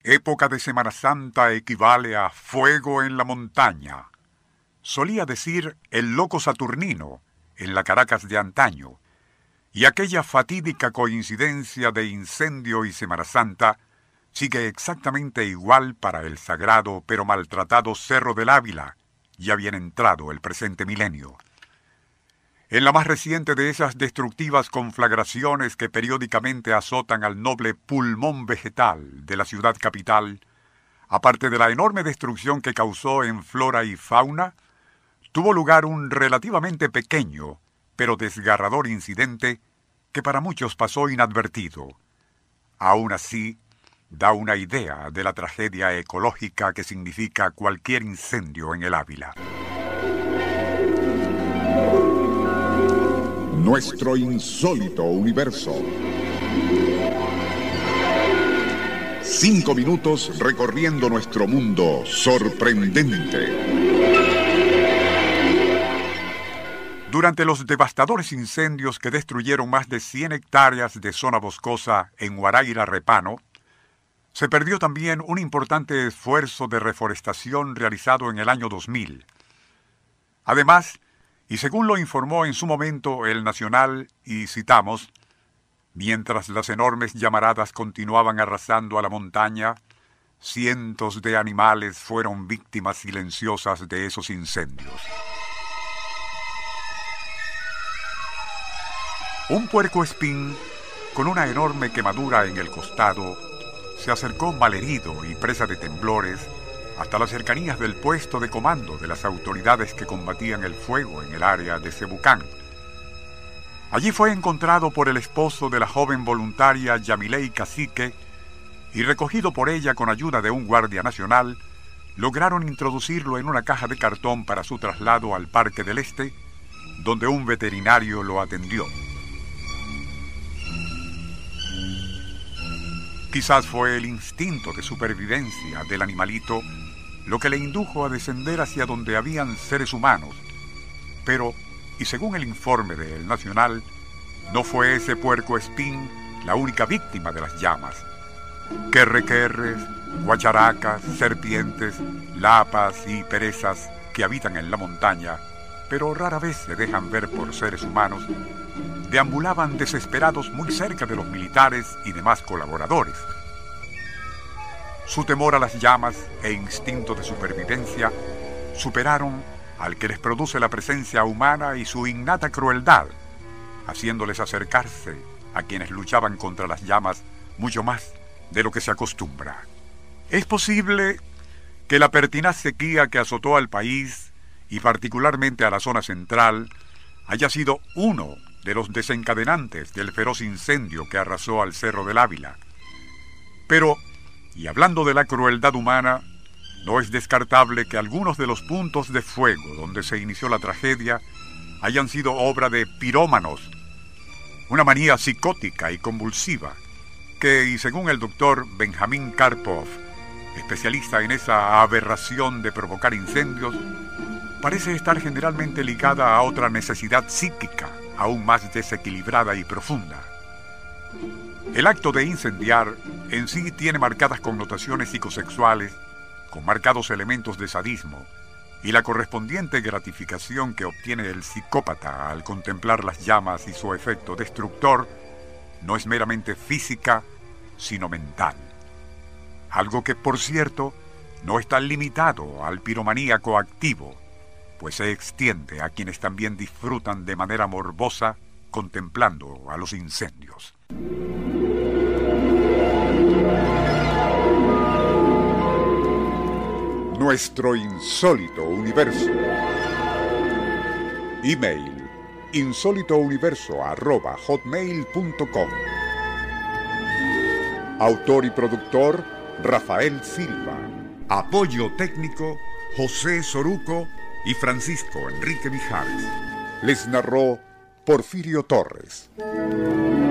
Época de Semana Santa equivale a fuego en la montaña. Solía decir el loco Saturnino en la Caracas de antaño, y aquella fatídica coincidencia de incendio y Semana Santa sigue exactamente igual para el sagrado pero maltratado Cerro del Ávila, ya bien entrado el presente milenio. En la más reciente de esas destructivas conflagraciones que periódicamente azotan al noble pulmón vegetal de la ciudad capital, aparte de la enorme destrucción que causó en flora y fauna, tuvo lugar un relativamente pequeño, pero desgarrador incidente que para muchos pasó inadvertido. Aún así, da una idea de la tragedia ecológica que significa cualquier incendio en el Ávila. Nuestro insólito universo. 5 minutos recorriendo nuestro mundo sorprendente. Durante los devastadores incendios que destruyeron más de 100 hectáreas de zona boscosa en Huaraira Repano, se perdió también un importante esfuerzo de reforestación realizado en el año 2000. Además, y según lo informó en su momento el Nacional, y citamos, mientras las enormes llamaradas continuaban arrasando a la montaña, cientos de animales fueron víctimas silenciosas de esos incendios. Un puercoespín, con una enorme quemadura en el costado, se acercó malherido y presa de temblores hasta las cercanías del puesto de comando de las autoridades que combatían el fuego en el área de Cebucán. Allí fue encontrado por el esposo de la joven voluntaria Yamilei Cacique y recogido por ella con ayuda de un guardia nacional, lograron introducirlo en una caja de cartón para su traslado al Parque del Este, donde un veterinario lo atendió. Quizás fue el instinto de supervivencia del animalito lo que le indujo a descender hacia donde habían seres humanos. Pero, y según el informe del Nacional, no fue ese puercoespín la única víctima de las llamas. Querrequerres, guacharacas, serpientes, lapas y perezas que habitan en la montaña, pero rara vez se dejan ver por seres humanos, deambulaban desesperados muy cerca de los militares y demás colaboradores. Su temor a las llamas e instinto de supervivencia superaron al que les produce la presencia humana y su innata crueldad, haciéndoles acercarse a quienes luchaban contra las llamas mucho más de lo que se acostumbra. Es posible que la pertinaz sequía que azotó al país, y particularmente a la zona central, haya sido uno de los desencadenantes del feroz incendio que arrasó al Cerro del Ávila. Pero, y hablando de la crueldad humana, no es descartable que algunos de los puntos de fuego donde se inició la tragedia hayan sido obra de pirómanos, una manía psicótica y convulsiva que, y según el doctor Benjamín Karpov, especialista en esa aberración de provocar incendios, parece estar generalmente ligada a otra necesidad psíquica, aún más desequilibrada y profunda. El acto de incendiar en sí tiene marcadas connotaciones psicosexuales, con marcados elementos de sadismo, y la correspondiente gratificación que obtiene el psicópata al contemplar las llamas y su efecto destructor no es meramente física, sino mental. Algo que, por cierto, no está limitado al piromaníaco activo, pues se extiende a quienes también disfrutan de manera morbosa contemplando a los incendios. Nuestro insólito universo. Email: insólitouniverso@hotmail.com. Autor y productor: Rafael Silva. Apoyo técnico: José Soruco y Francisco Enrique Mijares. Les narró Porfirio Torres.